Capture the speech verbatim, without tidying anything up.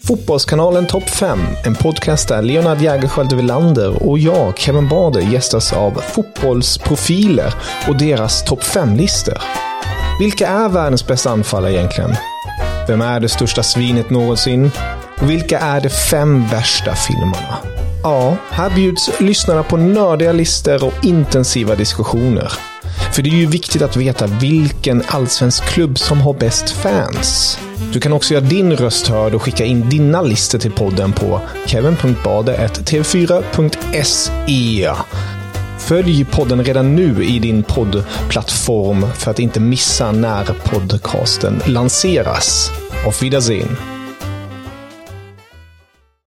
Fotbollskanalen Topp fem, en podcast där Leonard Jägerskiöld Welander och jag, Kevin Bader, gästas av fotbollsprofiler och deras topp fem-listor. Vilka är världens bästa anfallare egentligen? Vem är det största svinet någonsin? Och vilka är de fem värsta filmerna? Ja, här bjuds lyssnarna på nördiga listor och intensiva diskussioner. För det är ju viktigt att veta vilken allsvensk klubb som har bäst fans. Du kan också göra din röst hörd och skicka in dina listor till podden på kevin punkt bader at t v fyra punkt se. Följ podden redan nu i din poddplattform för att inte missa när podcasten lanseras. Auf Wiedersehen!